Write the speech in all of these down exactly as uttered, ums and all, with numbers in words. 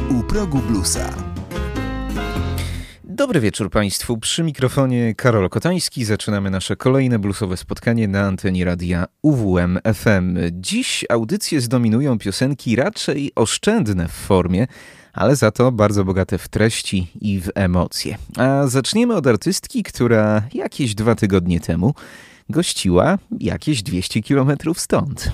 U progu bluesa. Dobry wieczór Państwu. Przy mikrofonie Karol Kotański. Zaczynamy nasze kolejne bluesowe spotkanie na antenie radia U W M F M. Dziś audycję zdominują piosenki raczej oszczędne w formie, ale za to bardzo bogate w treści i w emocje. A zaczniemy od artystki, która jakieś dwa tygodnie temu gościła jakieś dwieście kilometrów stąd.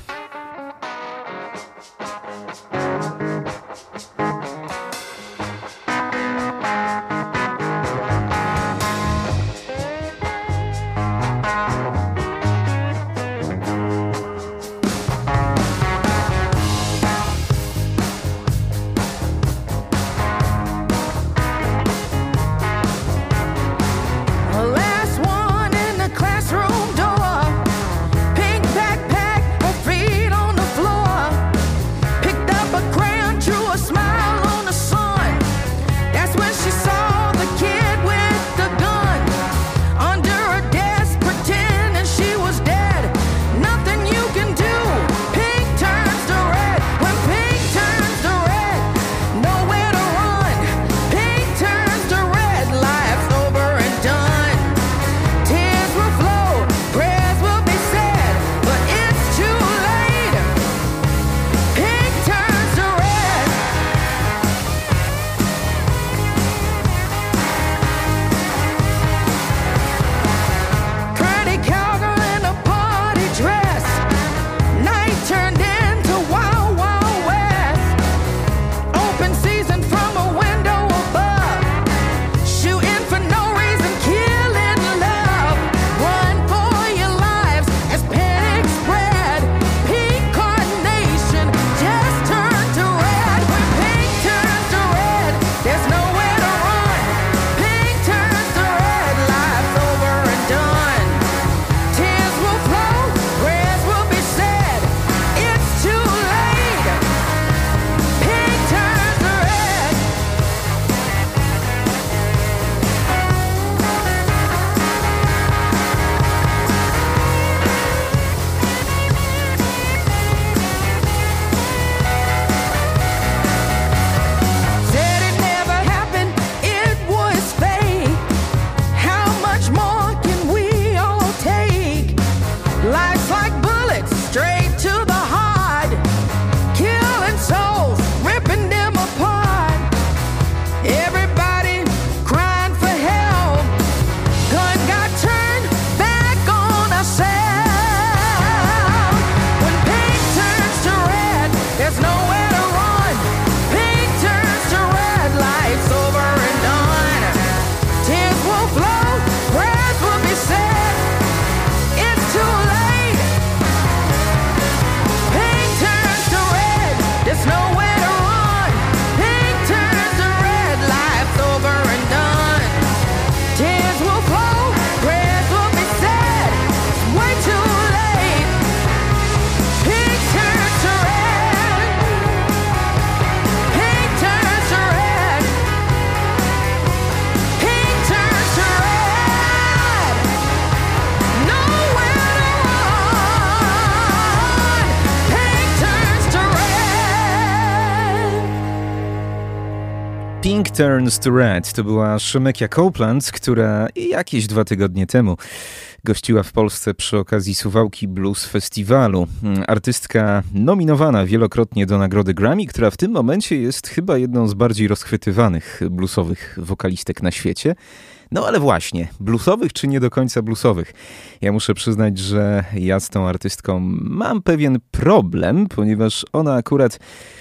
Pink Turns to Red to była Shemekia Copeland, która jakieś dwa tygodnie temu gościła w Polsce przy okazji Suwałki Blues Festiwalu. Artystka nominowana wielokrotnie do nagrody Grammy, która w tym momencie jest chyba jedną z bardziej rozchwytywanych bluesowych wokalistek na świecie. No ale właśnie, bluesowych czy nie do końca bluesowych? Ja muszę przyznać, że ja z tą artystką mam pewien problem, ponieważ ona akurat,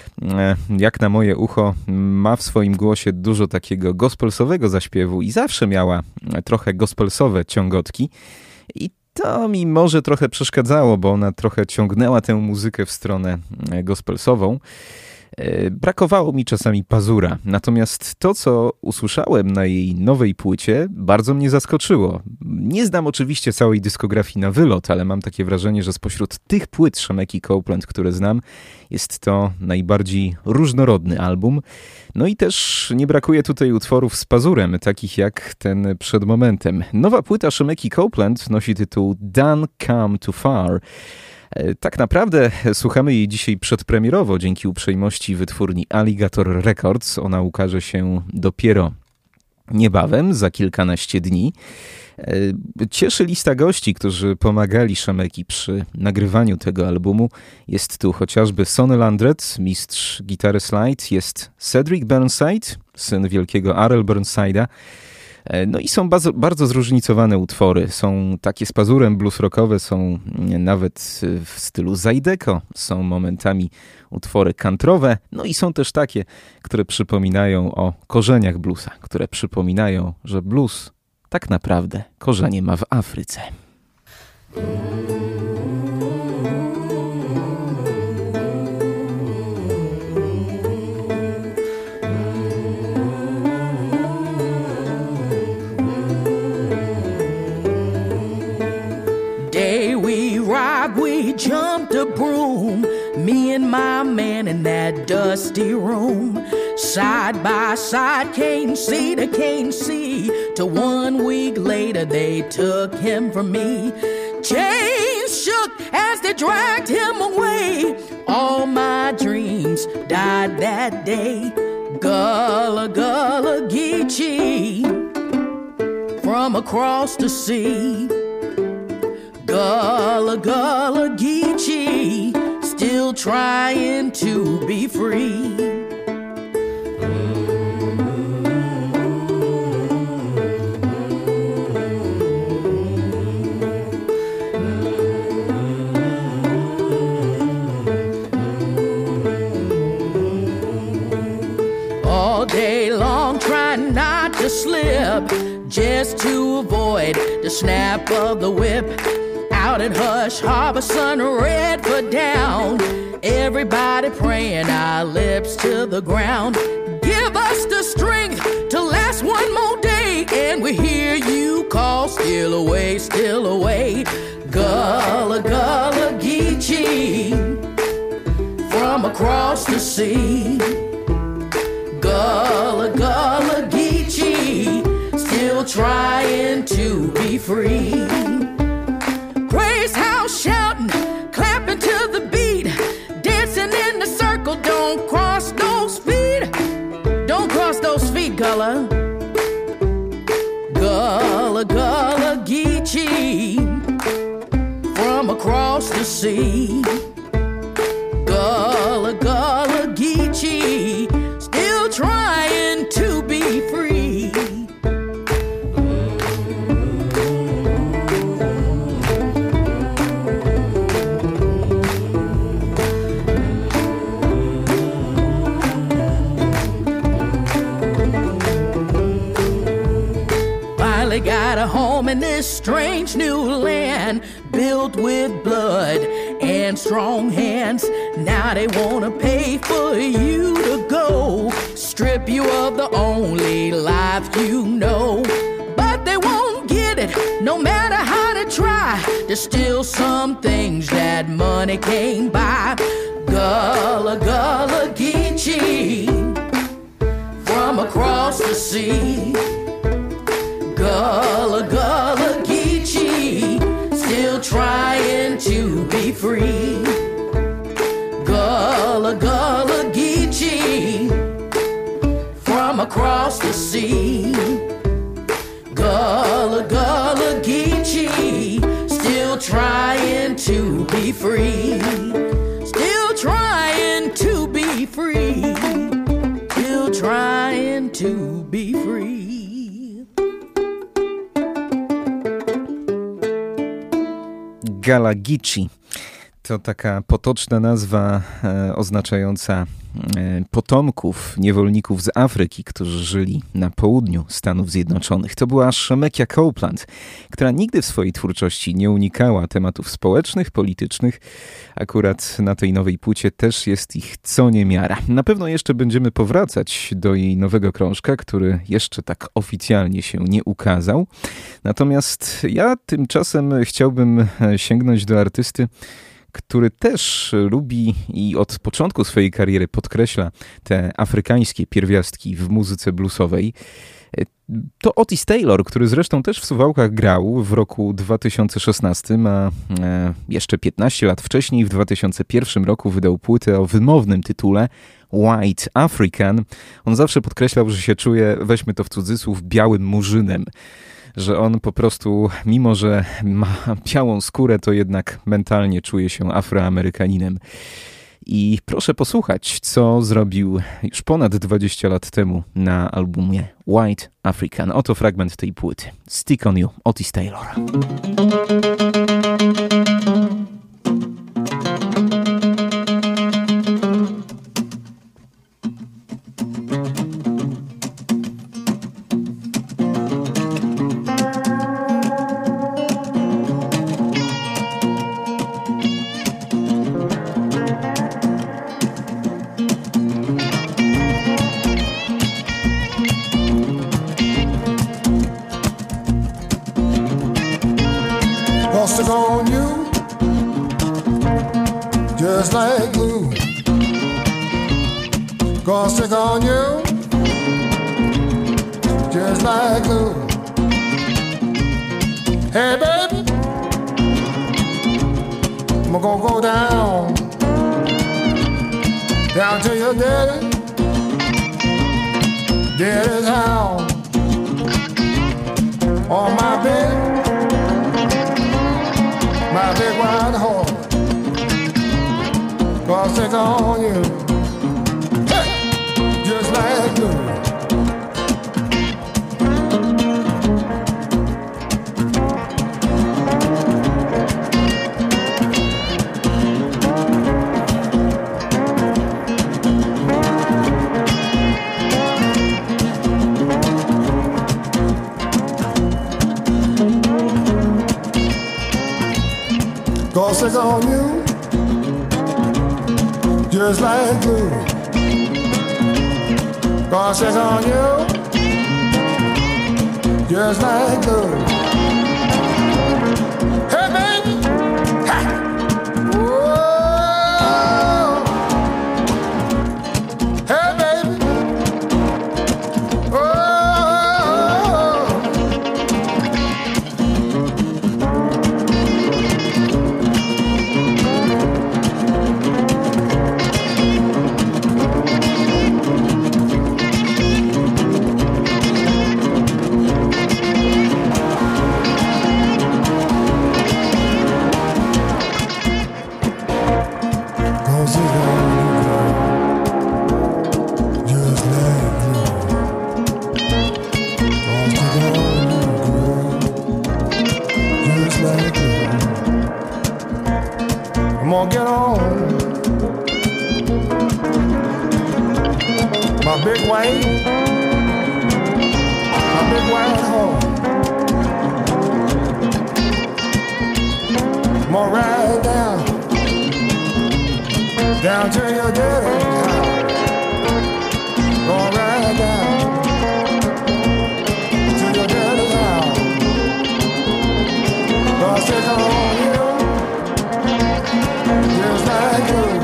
jak na moje ucho, ma w swoim głosie dużo takiego gospelsowego zaśpiewu i zawsze miała trochę gospelsowe ciągotki. I to mi może trochę przeszkadzało, bo ona trochę ciągnęła tę muzykę w stronę gospelsową. Brakowało mi czasami pazura, natomiast to, co usłyszałem na jej nowej płycie, bardzo mnie zaskoczyło. Nie znam oczywiście całej dyskografii na wylot, ale mam takie wrażenie, że spośród tych płyt Shemeki Copeland, które znam, jest to najbardziej różnorodny album. No i też nie brakuje tutaj utworów z pazurem, takich jak ten przed momentem. Nowa płyta Shemeki Copeland nosi tytuł Done Come Too Far. Tak naprawdę słuchamy jej dzisiaj przedpremierowo dzięki uprzejmości wytwórni Alligator Records. Ona ukaże się dopiero niebawem, za kilkanaście dni. Cieszy lista gości, którzy pomagali Szemeki przy nagrywaniu tego albumu. Jest tu chociażby Sonny Landreth, mistrz gitary slide, jest Cedric Burnside, syn wielkiego Arel Burnside'a. No i są bardzo, bardzo zróżnicowane utwory. Są takie z pazurem blues rockowe, są nawet w stylu Zydeco, są momentami utwory countrywe, no i są też takie, które przypominają o korzeniach bluesa, które przypominają, że blues tak naprawdę korzenie ma w Afryce. Day we robbed, we jumped a broom, me and my man in that dusty room. Side by side, can't see to can't see. Till one week later they took him from me. Chains shook as they dragged him away. All my dreams died that day. Gullah Gullah Geechee from across the sea. Gullah Gullah Geechee, still trying to be free. All day long trying not to slip, just to avoid the snap of the whip. Out at Hush Harbor, sun red foot down, everybody praying our lips to the ground. Give us the strength to last one more day, and we hear you call, still away, still away. Gullah Gullah Geechee from across the sea. Gullah Gullah Geechee, still trying to be free. Praise house shouting, clapping to the beat, dancing in the circle, don't cross those feet. Don't cross those feet, Gullah. Gullah Gullah Geechee from across the sea. Gullah Gullah Geechee, still trying to be free. Finally got a home in this strange new land, built with blood and strong hands. Now they wanna pay for you to go, strip you of the only life you know. But they won't get it, no matter how they try. There's still some things that money can't buy. Gullah Gullah Geechee from across the sea. Gullah Gullah Geechee, still trying to be free. Gullah Gullah Geechee from across the sea. Gullah Gullah Geechee, still trying to be free. Still trying to be free. Still trying to be free. Gullah Geechee to taka potoczna nazwa e, oznaczająca e, potomków niewolników z Afryki, którzy żyli na południu Stanów Zjednoczonych. To była Shemekia Copeland, która nigdy w swojej twórczości nie unikała tematów społecznych, politycznych. Akurat na tej nowej płycie też jest ich co niemiara. Na pewno jeszcze będziemy powracać do jej nowego krążka, który jeszcze tak oficjalnie się nie ukazał. Natomiast ja tymczasem chciałbym sięgnąć do artysty, który też lubi i od początku swojej kariery podkreśla te afrykańskie pierwiastki w muzyce bluesowej. To Otis Taylor, który zresztą też w Suwałkach grał w roku dwa tysiące szesnastym, a jeszcze piętnaście lat wcześniej, w dwa tysiące pierwszym roku wydał płytę o wymownym tytule White African. On zawsze podkreślał, że się czuje, weźmy to w cudzysłów, białym murzynem. Że on po prostu, mimo że ma białą skórę, to jednak mentalnie czuje się Afroamerykaninem. I proszę posłuchać, co zrobił już ponad dwadzieścia lat temu na albumie White African. Oto fragment tej płyty. Stick on You, Otis Taylor. Stick on you, just like glue. Gonna stick on you, just like glue. Hey baby, I'm gonna go down, down to your daddy, daddy's house, on my bed. My big wide horse, gonna stick on you, hey, just like glue. Gonna stick on you, just like glue. Gonna stick on you, just like glue. Hey baby, ha! Whoa. Hey baby, whoa. Get on my big white, my big white horse. I'm gonna ride down, down to your daddy's house. Gonna ride down to your daddy's house. Gonna stick on you, just like glue.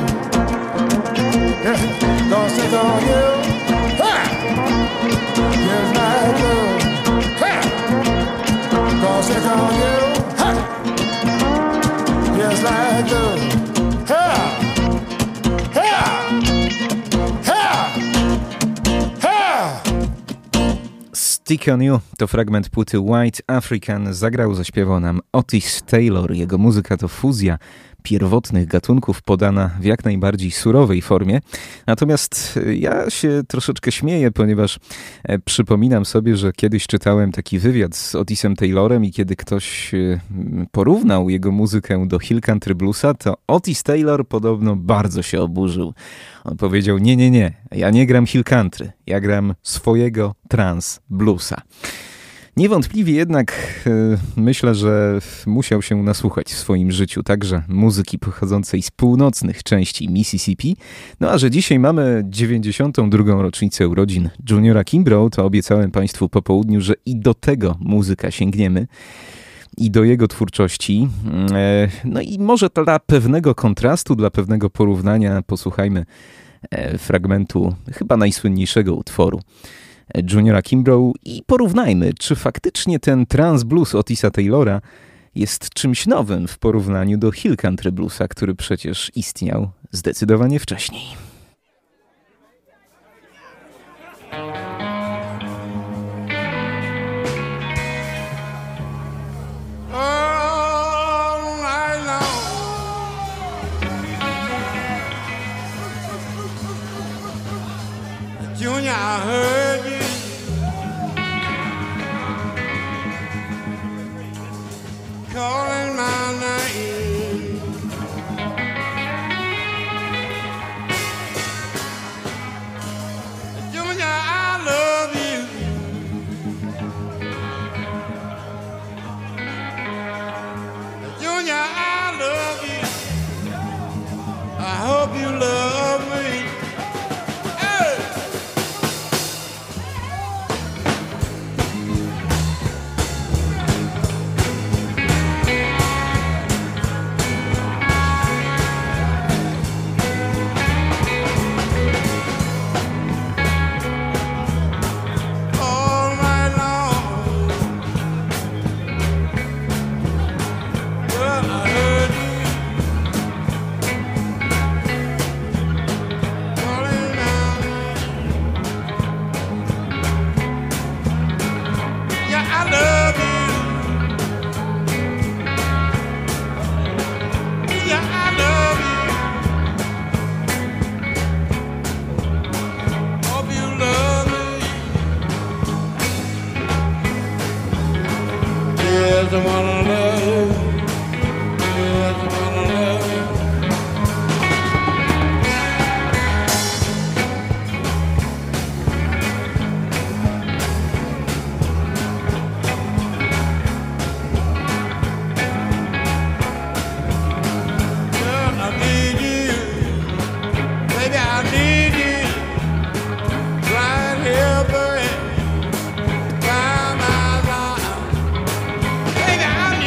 Yeah, gonna stick on you, ha! Just like glue, ha! Gonna stick on you, ha! Just like glue, ha! Ha! Ha! Ha! Stick on You to fragment płyty White African. Zagrał, zaśpiewał nam Otis Taylor. Jego muzyka to fuzja pierwotnych gatunków podana w jak najbardziej surowej formie. Natomiast ja się troszeczkę śmieję, ponieważ przypominam sobie, że kiedyś czytałem taki wywiad z Otisem Taylorem i kiedy ktoś porównał jego muzykę do Hill Country Bluesa, to Otis Taylor podobno bardzo się oburzył. On powiedział, nie, nie, nie, ja nie gram Hill Country, ja gram swojego trans bluesa. Niewątpliwie jednak e, myślę, że musiał się nasłuchać w swoim życiu także muzyki pochodzącej z północnych części Mississippi. No a że dzisiaj mamy dziewięćdziesiątą drugą rocznicę urodzin Juniora Kimbrough, to obiecałem Państwu po południu, że i do tego muzyka sięgniemy. i do jego twórczości. No i może dla pewnego kontrastu, dla pewnego porównania posłuchajmy fragmentu chyba najsłynniejszego utworu Juniora Kimbrough i porównajmy, czy faktycznie ten trance blues Otisa Taylora jest czymś nowym w porównaniu do Hill Country Bluesa, który przecież istniał zdecydowanie wcześniej. Junior, I heard you calling my name. Junior, I love you. Junior, I love you. I hope you love me. Yes, I wanna love you. Yes, I wanna love you. Girl, I need you. Baby, I need you. Right here, baby. By my side. Baby, I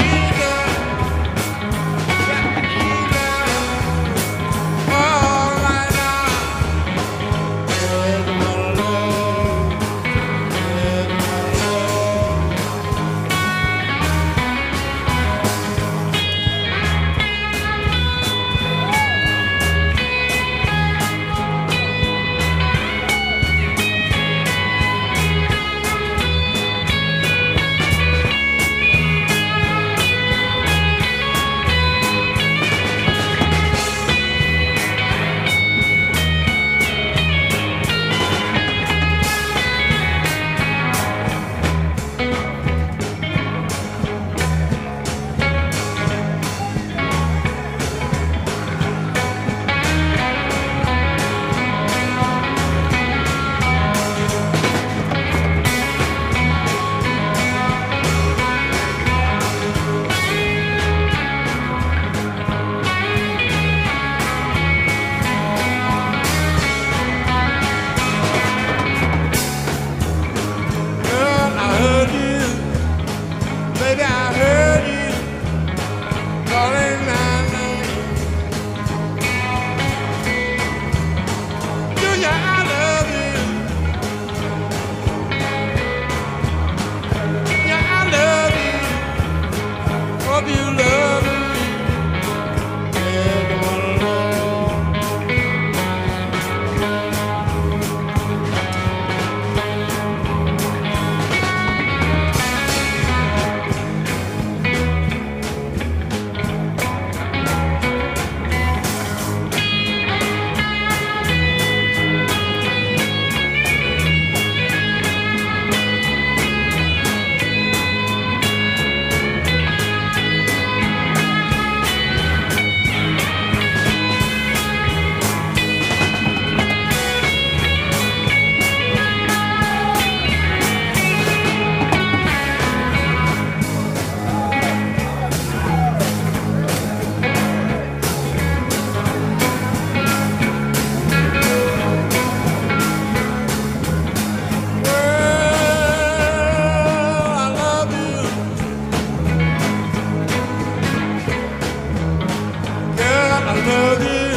I love you.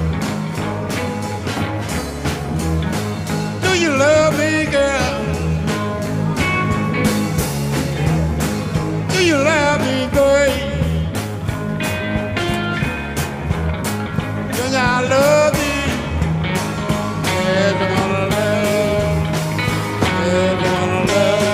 Do you love me, girl? Do you love me, babe? Then I love you. Everyone love, everyone love.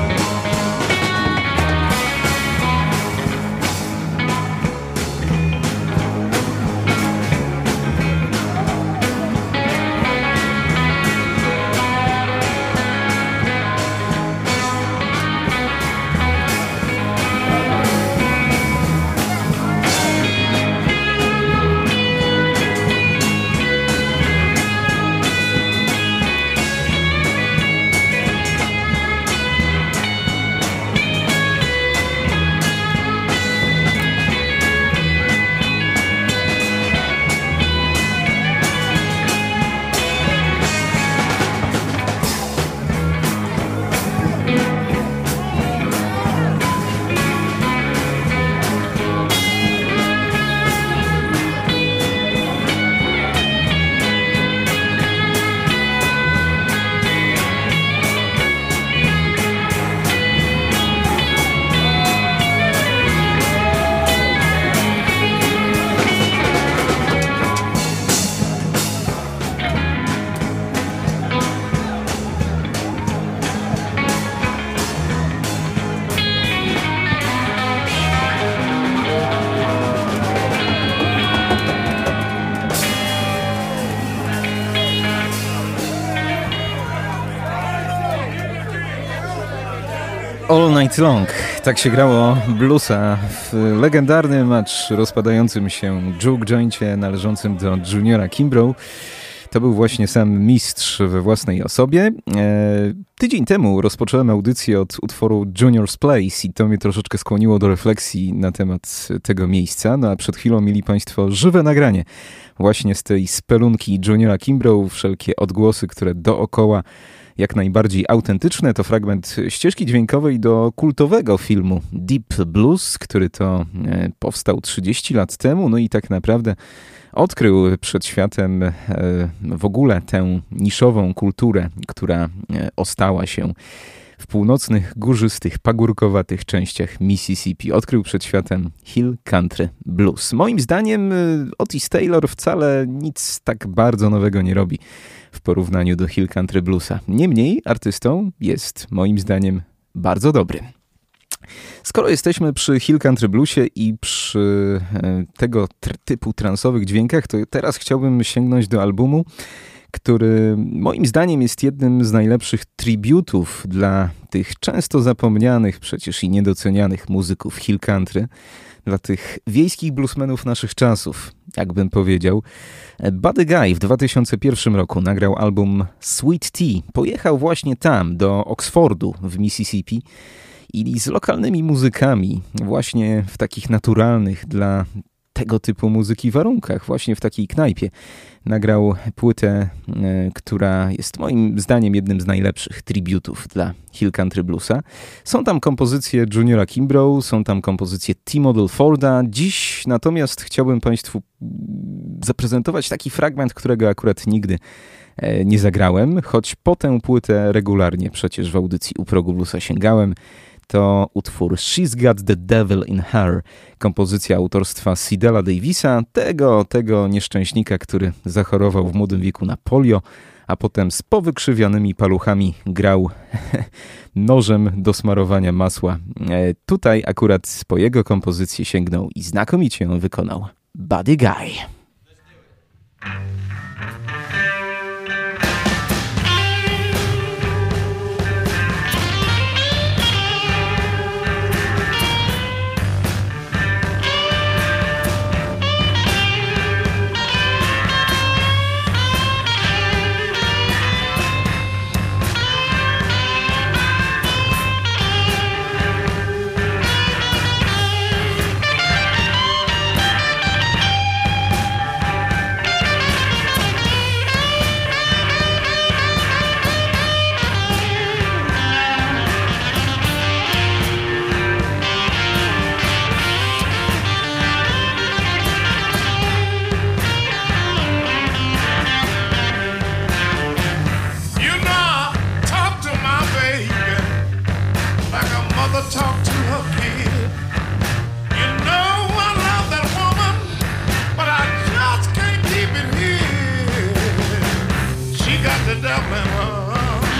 All Night Long. Tak się grało bluesa w legendarnym, acz rozpadającym się juke joincie należącym do Juniora Kimbrough. To był właśnie sam mistrz we własnej osobie. E, tydzień temu rozpocząłem audycję od utworu Junior's Place i to mnie troszeczkę skłoniło do refleksji na temat tego miejsca. No a przed chwilą mieli Państwo żywe nagranie właśnie z tej spelunki Juniora Kimbrough. Wszelkie odgłosy, które dookoła jak najbardziej autentyczne. To fragment ścieżki dźwiękowej do kultowego filmu Deep Blues, który to e, powstał trzydzieści lat temu. No i tak naprawdę odkrył przed światem e, w ogóle tę niszową kulturę, która e, ostała się w północnych, górzystych, pagórkowatych częściach Mississippi. Odkrył przed światem Hill Country Blues. Moim zdaniem Otis Taylor wcale nic tak bardzo nowego nie robi w porównaniu do Hill Country Bluesa. Niemniej artystą jest moim zdaniem bardzo dobry. Skoro jesteśmy przy Hill Country Bluesie i przy tego tr- typu transowych dźwiękach, to teraz chciałbym sięgnąć do albumu, który moim zdaniem jest jednym z najlepszych tributów dla tych często zapomnianych przecież i niedocenianych muzyków Hill Country, dla tych wiejskich bluesmenów naszych czasów, jakbym powiedział. Buddy Guy w dwa tysiące pierwszym roku nagrał album Sweet Tea. Pojechał właśnie tam, do Oxfordu w Mississippi i z lokalnymi muzykami, właśnie w takich naturalnych dla tego typu muzyki warunkach, właśnie w takiej knajpie, nagrał płytę, e, która jest moim zdaniem jednym z najlepszych tributów dla Hill Country Bluesa. Są tam kompozycje Juniora Kimbrough, są tam kompozycje T. Model Forda. Dziś natomiast chciałbym Państwu zaprezentować taki fragment, którego akurat nigdy e, nie zagrałem, choć po tę płytę regularnie przecież w audycji U Progu Bluesa sięgałem. To utwór She's Got the Devil in Her, kompozycja autorstwa Sidela Davisa, tego, tego nieszczęśnika, który zachorował w młodym wieku na polio, a potem z powykrzywionymi paluchami grał nożem do smarowania masła. E, tutaj akurat po jego kompozycję sięgnął i znakomicie ją wykonał Buddy Guy. devil in her.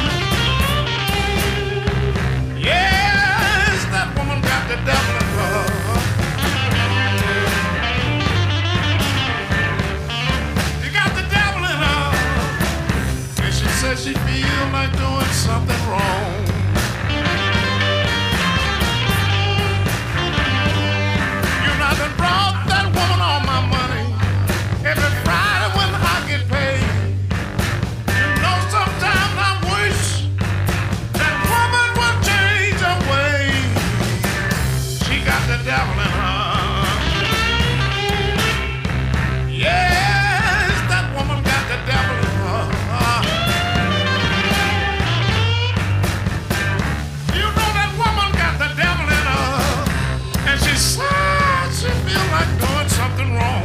Yes, that woman got the devil in her. She got the devil in her. And she said she feel like doing something wrong. You know, I done brought that woman all my money every Friday when I get paid. You know, sometimes I wish that woman would change her ways. She got the devil in her. Yes, that woman got the devil in her. You know that woman got the devil in her. And she said she feel like doing something wrong.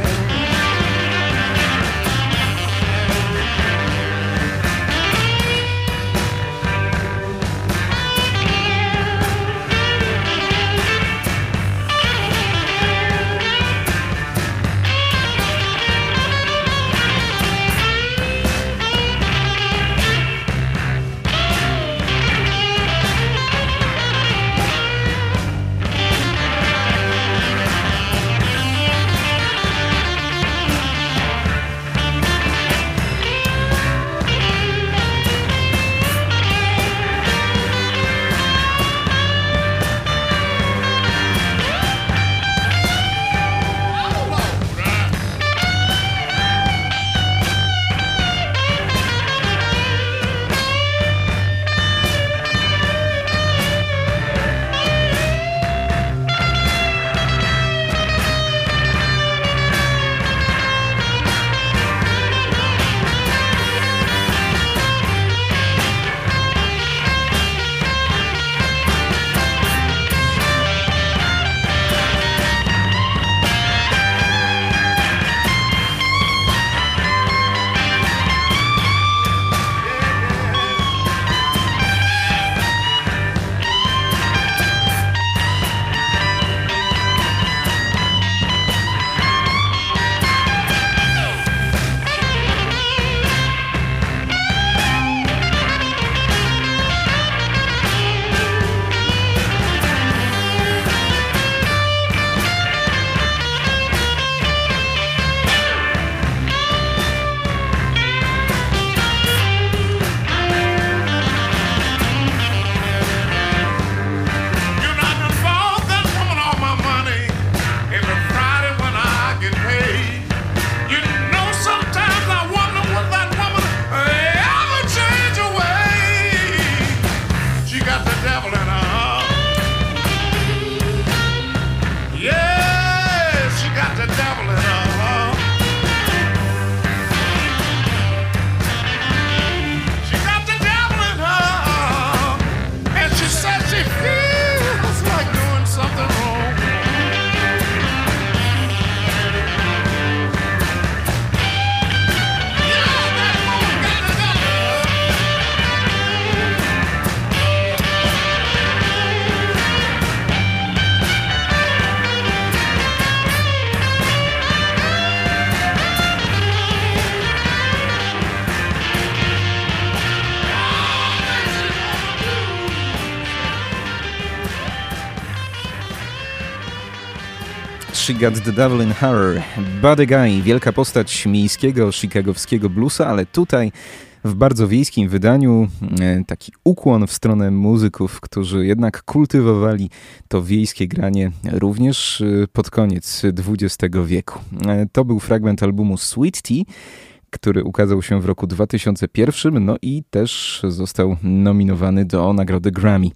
She Got the Devil in Her. Buddy Guy, wielka postać miejskiego, chicagowskiego bluesa, ale tutaj w bardzo wiejskim wydaniu taki ukłon w stronę muzyków, którzy jednak kultywowali to wiejskie granie również pod koniec dwudziestego wieku. To był fragment albumu Sweet Tea, który ukazał się w roku dwa tysiące pierwszym, no i też został nominowany do nagrody Grammy.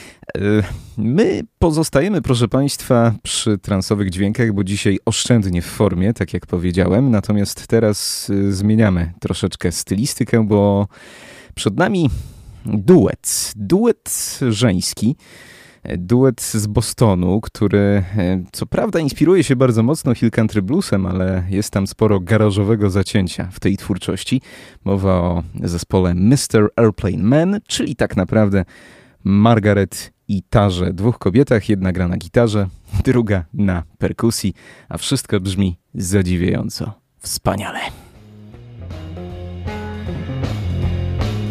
My pozostajemy, proszę Państwa, przy transowych dźwiękach, bo dzisiaj oszczędnie w formie, tak jak powiedziałem, natomiast teraz zmieniamy troszeczkę stylistykę, bo przed nami duet, duet żeński, duet z Bostonu, który co prawda inspiruje się bardzo mocno hill country bluesem, ale jest tam sporo garażowego zacięcia w tej twórczości. Mowa o zespole mister Airplane Man, czyli tak naprawdę Margaret i Tarze. Dwóch kobietach, jedna gra na gitarze, druga na perkusji, a wszystko brzmi zadziwiająco wspaniale.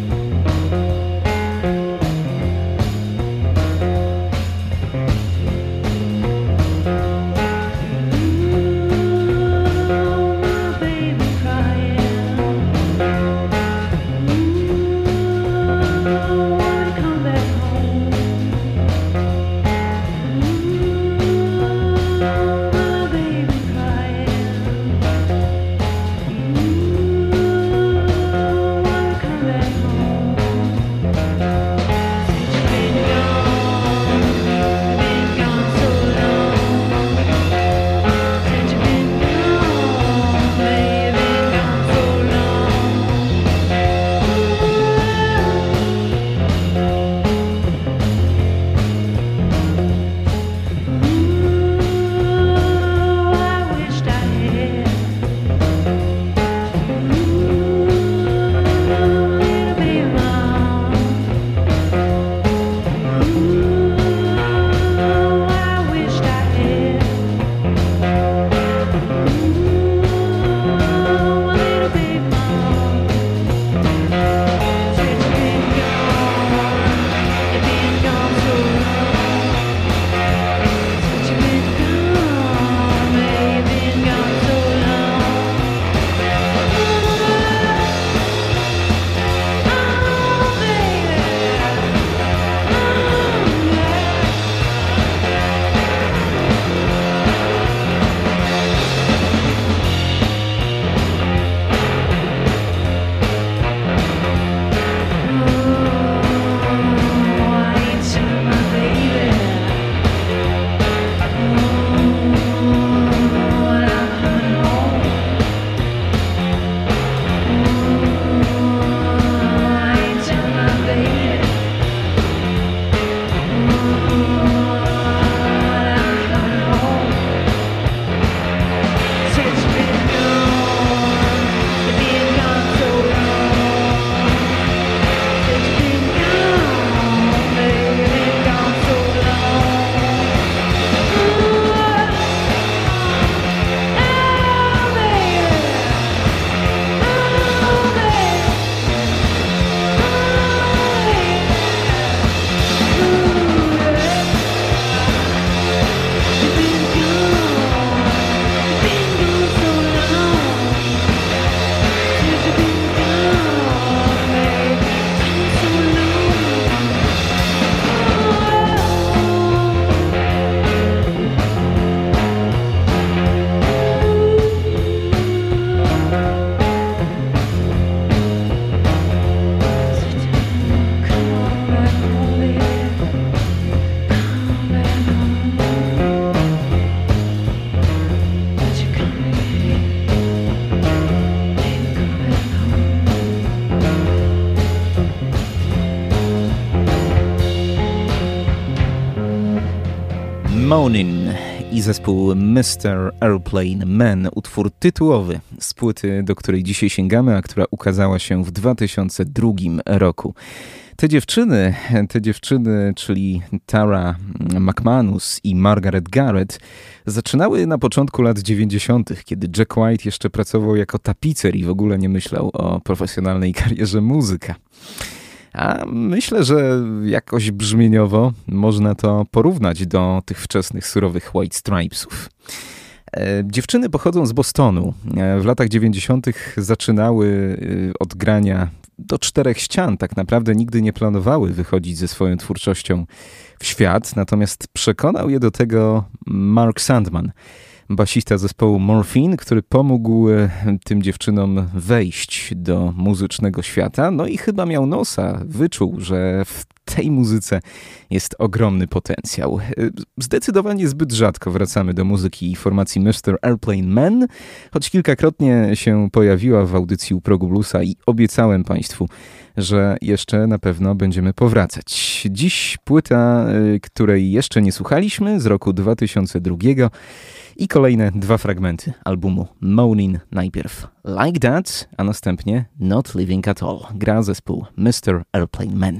Moanin' i zespół mister Airplane Man, utwór tytułowy z płyty, do której dzisiaj sięgamy, a która ukazała się w dwa tysiące drugim roku. Te dziewczyny, te dziewczyny, czyli Tara McManus i Margaret Garrett, zaczynały na początku lat dziewięćdziesiątych, kiedy Jack White jeszcze pracował jako tapicer i w ogóle nie myślał o profesjonalnej karierze muzyka. A myślę, że jakoś brzmieniowo można to porównać do tych wczesnych surowych White Stripesów. Dziewczyny pochodzą z Bostonu. W latach dziewięćdziesiątych zaczynały od grania do czterech ścian. Tak naprawdę nigdy nie planowały wychodzić ze swoją twórczością w świat, natomiast przekonał je do tego Mark Sandman, basista zespołu Morphine, który pomógł tym dziewczynom wejść do muzycznego świata. No i chyba miał nosa, wyczuł, że w tej muzyce jest ogromny potencjał. Zdecydowanie zbyt rzadko wracamy do muzyki formacji mister Airplane Man, choć kilkakrotnie się pojawiła w audycji u Progu Bluesa i obiecałem Państwu, że jeszcze na pewno będziemy powracać. Dziś płyta, której jeszcze nie słuchaliśmy, z roku dwa tysiące drugiego i kolejne dwa fragmenty albumu Moanin'. Najpierw Like That, a następnie Not Living At All. Gra zespół mister Airplane Man.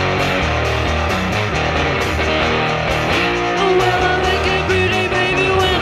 Well, I think it pretty, baby, when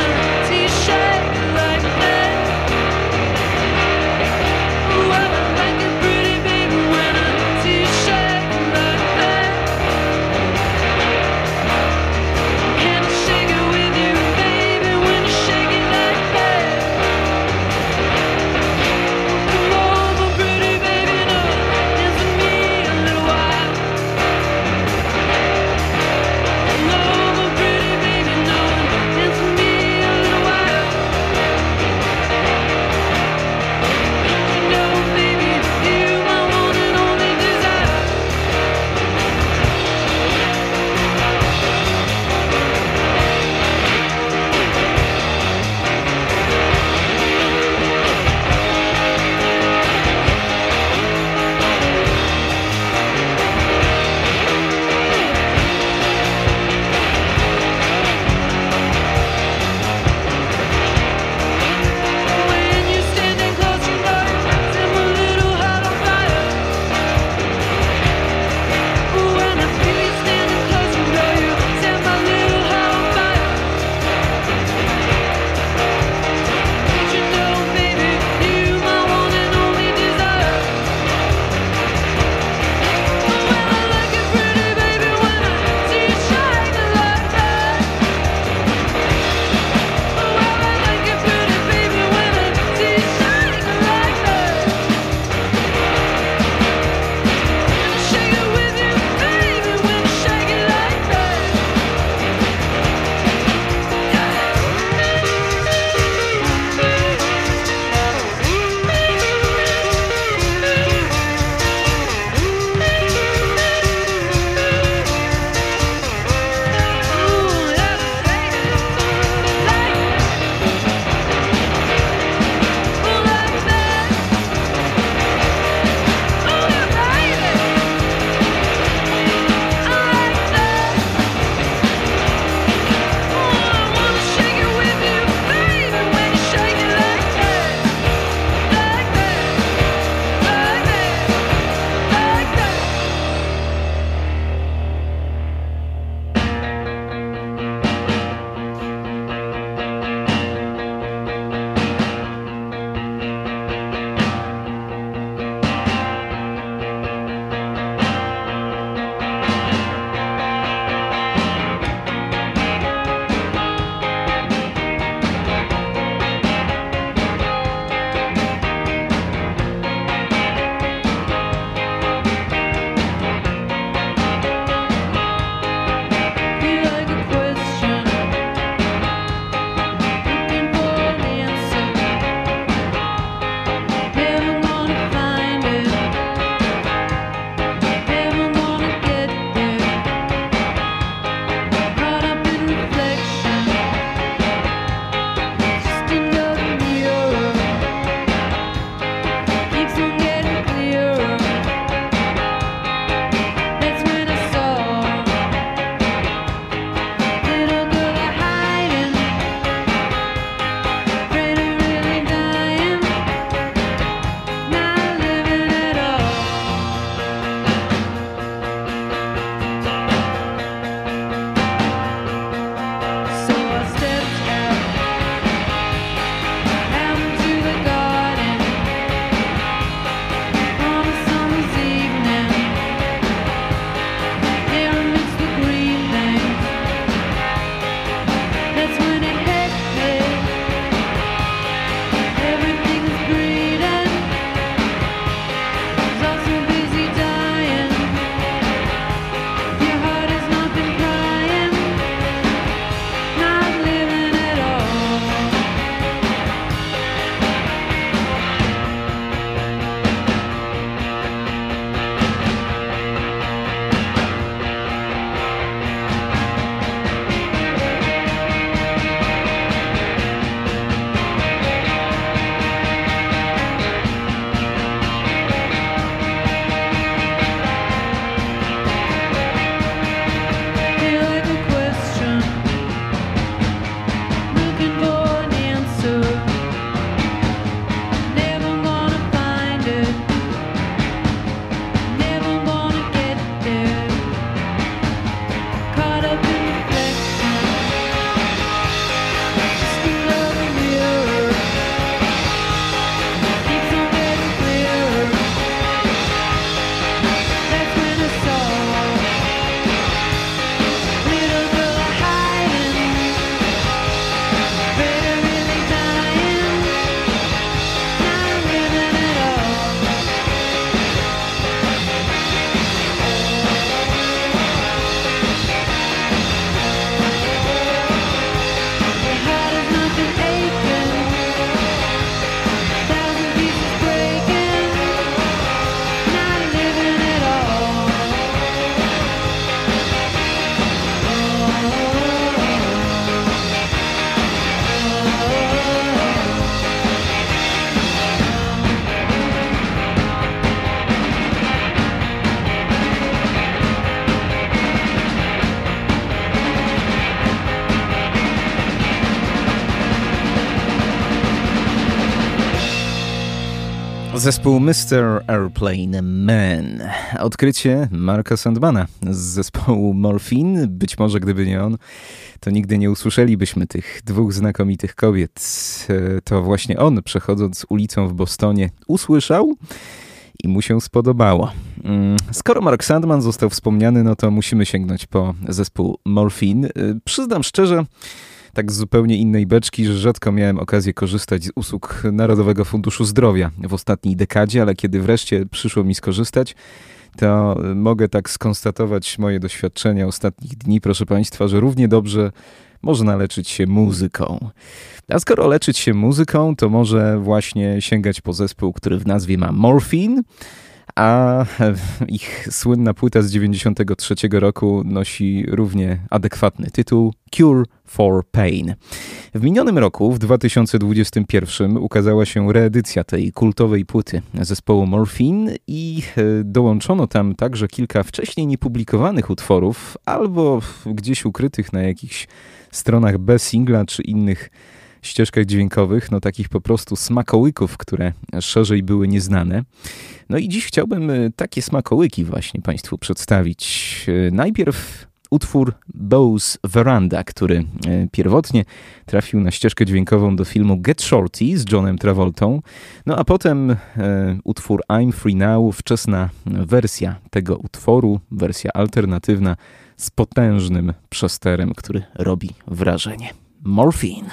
Zespół mister Airplane Man. Odkrycie Marka Sandmana z zespołu Morphine. Być może gdyby nie on, to nigdy nie usłyszelibyśmy tych dwóch znakomitych kobiet. To właśnie on, przechodząc ulicą w Bostonie, usłyszał i mu się spodobało. Skoro Mark Sandman został wspomniany, no to musimy sięgnąć po zespół Morphine. Przyznam szczerze, tak z zupełnie innej beczki, że rzadko miałem okazję korzystać z usług Narodowego Funduszu Zdrowia w ostatniej dekadzie, ale kiedy wreszcie przyszło mi skorzystać, to mogę tak skonstatować moje doświadczenia ostatnich dni, proszę Państwa, że równie dobrze można leczyć się muzyką. A skoro leczyć się muzyką, to może właśnie sięgać po zespół, który w nazwie ma Morphine, a ich słynna płyta z dziewięćdziesiątego trzeciego roku nosi równie adekwatny tytuł Cure for Pain. W minionym roku, w dwa tysiące dwudziestym pierwszym, ukazała się reedycja tej kultowej płyty zespołu Morphine i dołączono tam także kilka wcześniej niepublikowanych utworów albo gdzieś ukrytych na jakichś stronach bez singla czy innych ścieżkach dźwiękowych, no takich po prostu smakołyków, które szerzej były nieznane. No i dziś chciałbym takie smakołyki właśnie Państwu przedstawić. Najpierw utwór Beau's Veranda, który pierwotnie trafił na ścieżkę dźwiękową do filmu Get Shorty z Johnem Travoltą, no a potem e, utwór I'm Free Now, wczesna wersja tego utworu, wersja alternatywna z potężnym przesterem, który robi wrażenie. Morphine.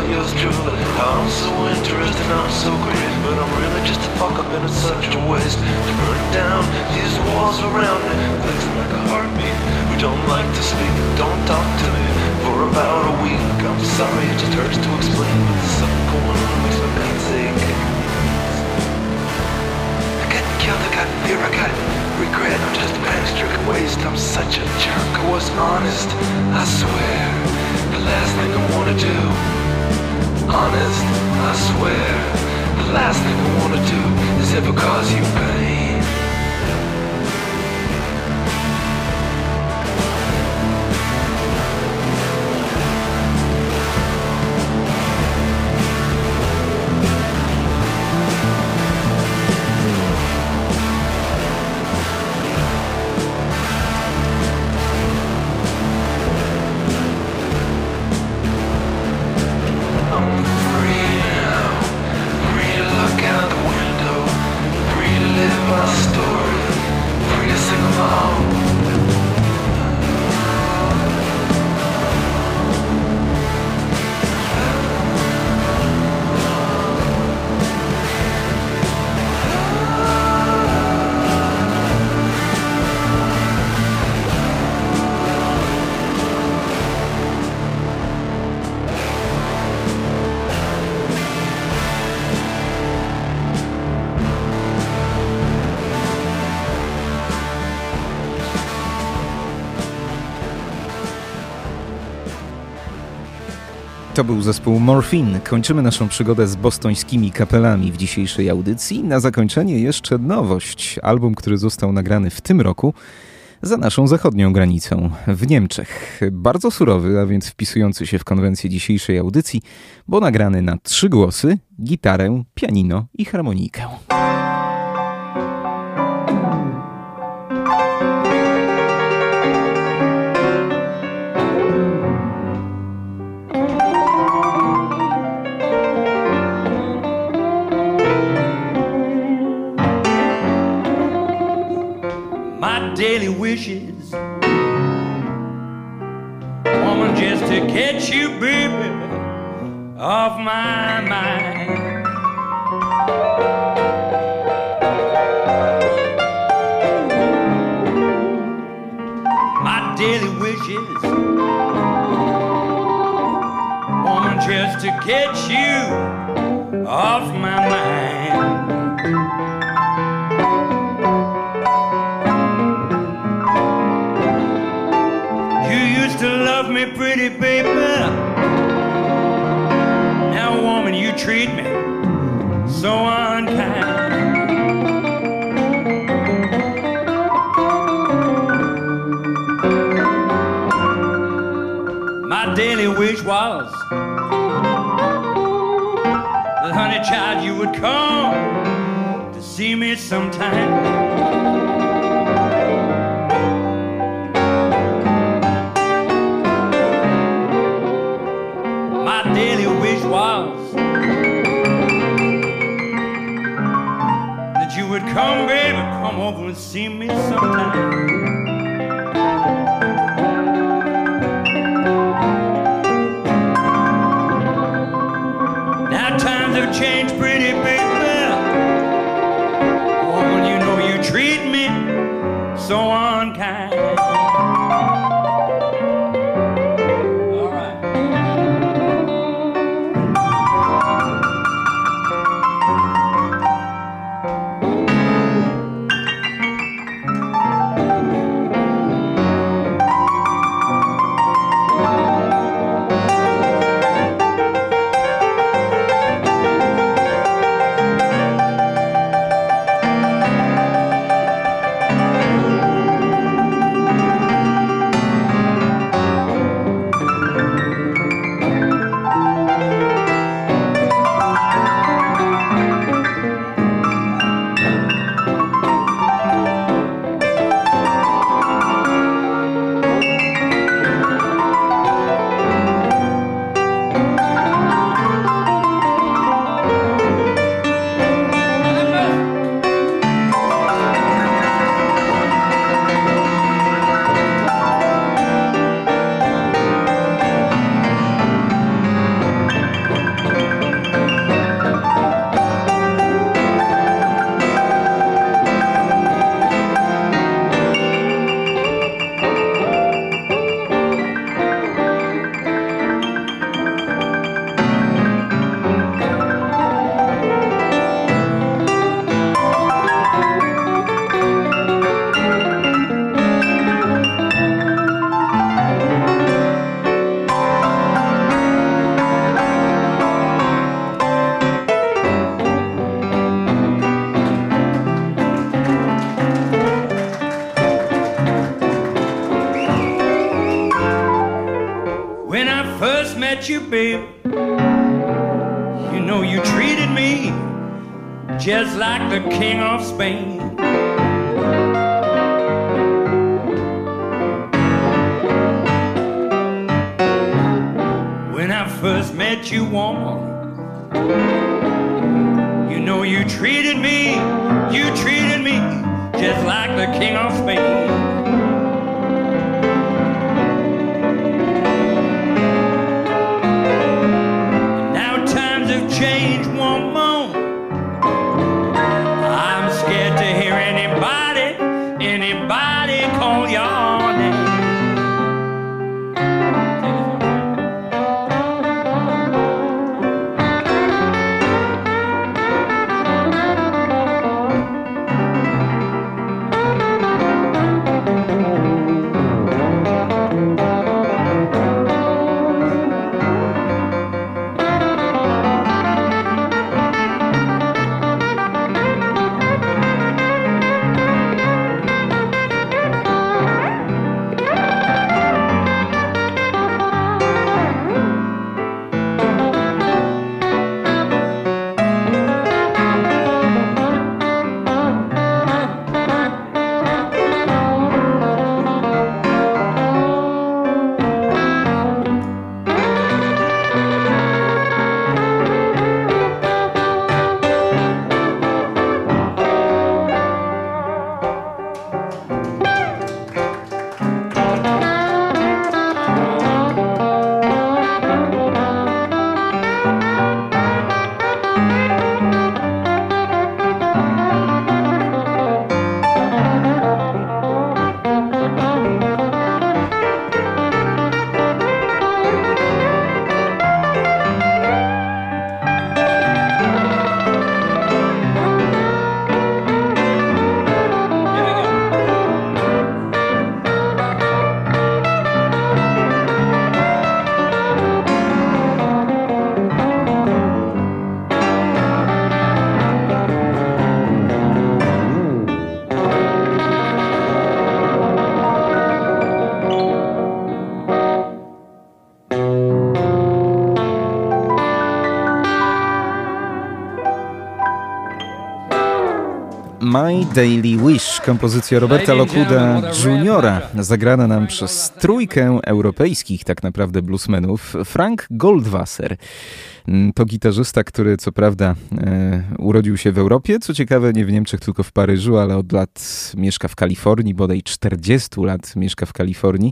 about yours truly. I'm so interested, I'm so great, but I'm really just a fuck up and it's such a waste to burn down these walls around me. Clicks like a heartbeat. We don't like to speak, don't talk to me for about a week. I'm sorry, it just hurts to explain, but there's something going on makes my veins ache. I got killed, I got fear, I got regret. I'm just a panic-stricken waste. I'm such a jerk. I was honest, I swear. The last thing I wanna do. Honest, I swear. The last thing I wanna do is ever cause you pain. To był zespół Morphine. Kończymy naszą przygodę z bostońskimi kapelami w dzisiejszej audycji. Na zakończenie jeszcze nowość. Album, który został nagrany w tym roku za naszą zachodnią granicą, w Niemczech. Bardzo surowy, a więc wpisujący się w konwencję dzisiejszej audycji, bo nagrany na trzy głosy, gitarę, pianino i harmonikę. Daily wishes, woman, just to catch you, baby, off my mind. My daily wishes, woman, just to catch you off my mind. To love me pretty, baby. Now, woman, you treat me so unkind. My daily wish was that, honey child, you would come to see me sometime. Was that you would come, baby, come over and see me sometime. Now times have changed, pretty baby. Woman, you know you treat me so unkind. met you, babe, you know you treated me just like the king of Spain. When I first met you, woman, you know you treated me, you treated me just like the king of Spain. Now times have changed, woman. I'm scared to hear anybody, anybody call your name. My Daily Wish, kompozycja Roberta Lockwooda juniora, zagrana nam przez trójkę europejskich tak naprawdę bluesmenów. Frank Goldwasser to gitarzysta, który co prawda e, urodził się w Europie, co ciekawe nie w Niemczech, tylko w Paryżu, ale od lat mieszka w Kalifornii, bodaj czterdzieści lat mieszka w Kalifornii.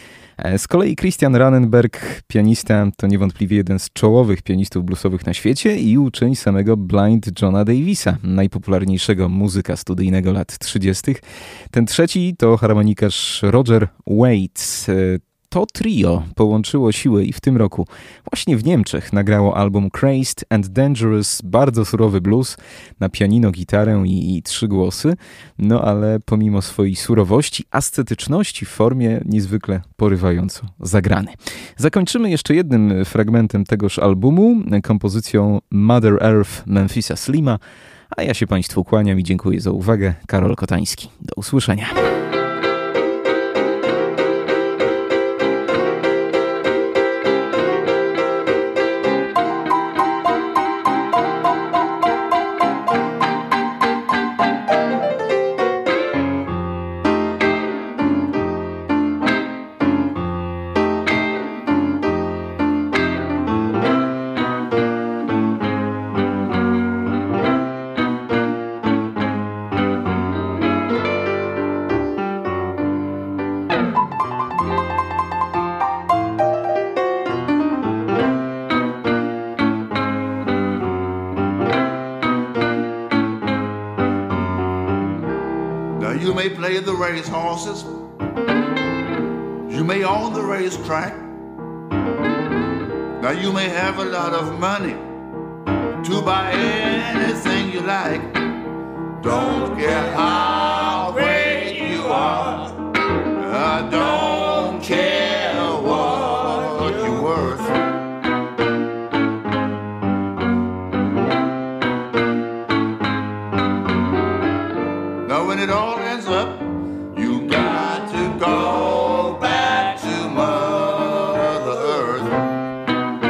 Z kolei Christian Rannenberg, pianista, to niewątpliwie jeden z czołowych pianistów bluesowych na świecie i uczeń samego Blind Johna Davisa, najpopularniejszego muzyka studyjnego lat trzydziestych. Ten trzeci to harmonikarz Roger Waits. To trio połączyło siły i w tym roku właśnie w Niemczech nagrało album Crazed and Dangerous, bardzo surowy blues na pianino, gitarę i, i trzy głosy, no ale pomimo swojej surowości, ascetyczności w formie niezwykle porywająco zagrany. Zakończymy jeszcze jednym fragmentem tegoż albumu, kompozycją Mother Earth Memphisa Slima, a ja się Państwu kłaniam i dziękuję za uwagę. Karol Kotański. Do usłyszenia. You may play the race horses, you may own the racetrack. Now you may have a lot of money to buy anything you like. Don't care how great you are, I don't care what you're worth. Now when it all ends up, you got to go back to Mother Earth.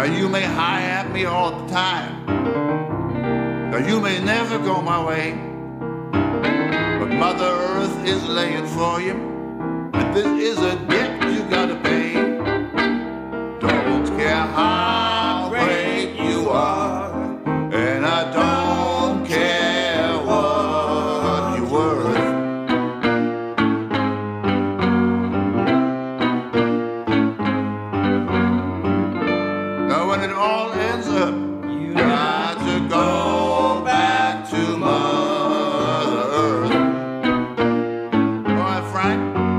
you may high at me all the time. Now you may never go my way, but Mother Earth is laying for you, and this is a debt you gotta pay. Don't care how great you are, and I don't care what you're worth. Now when it all ends up, you got to go back to Mother Earth. All right, Frank?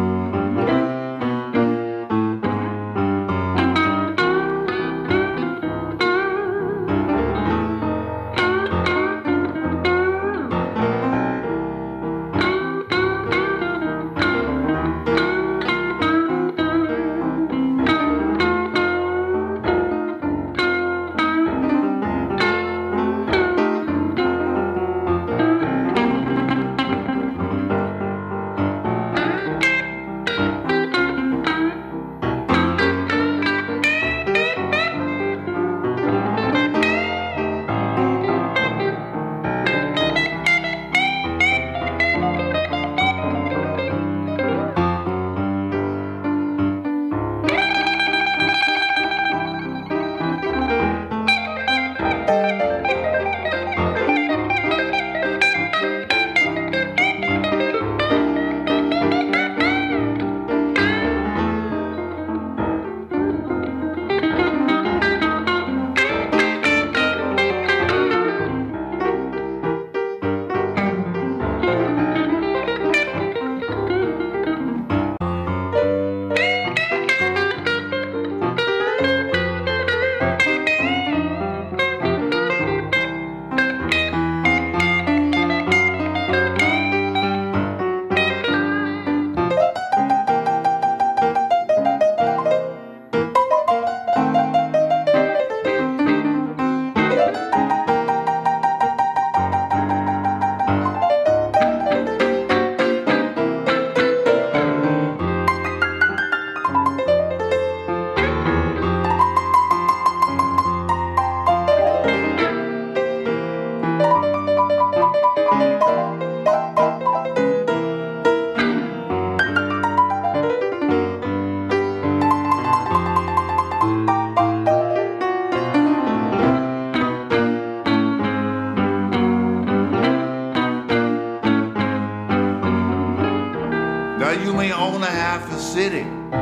Now you may own a half a city,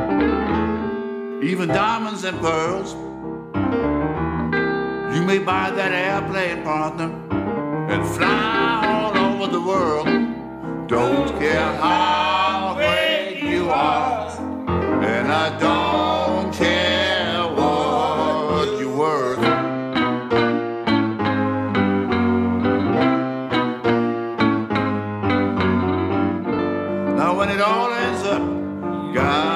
even diamonds and pearls. You may buy that airplane, partner, and fly all over the world. Don't care how great you are, and I don't care what you're worth. Now when it all ends up, God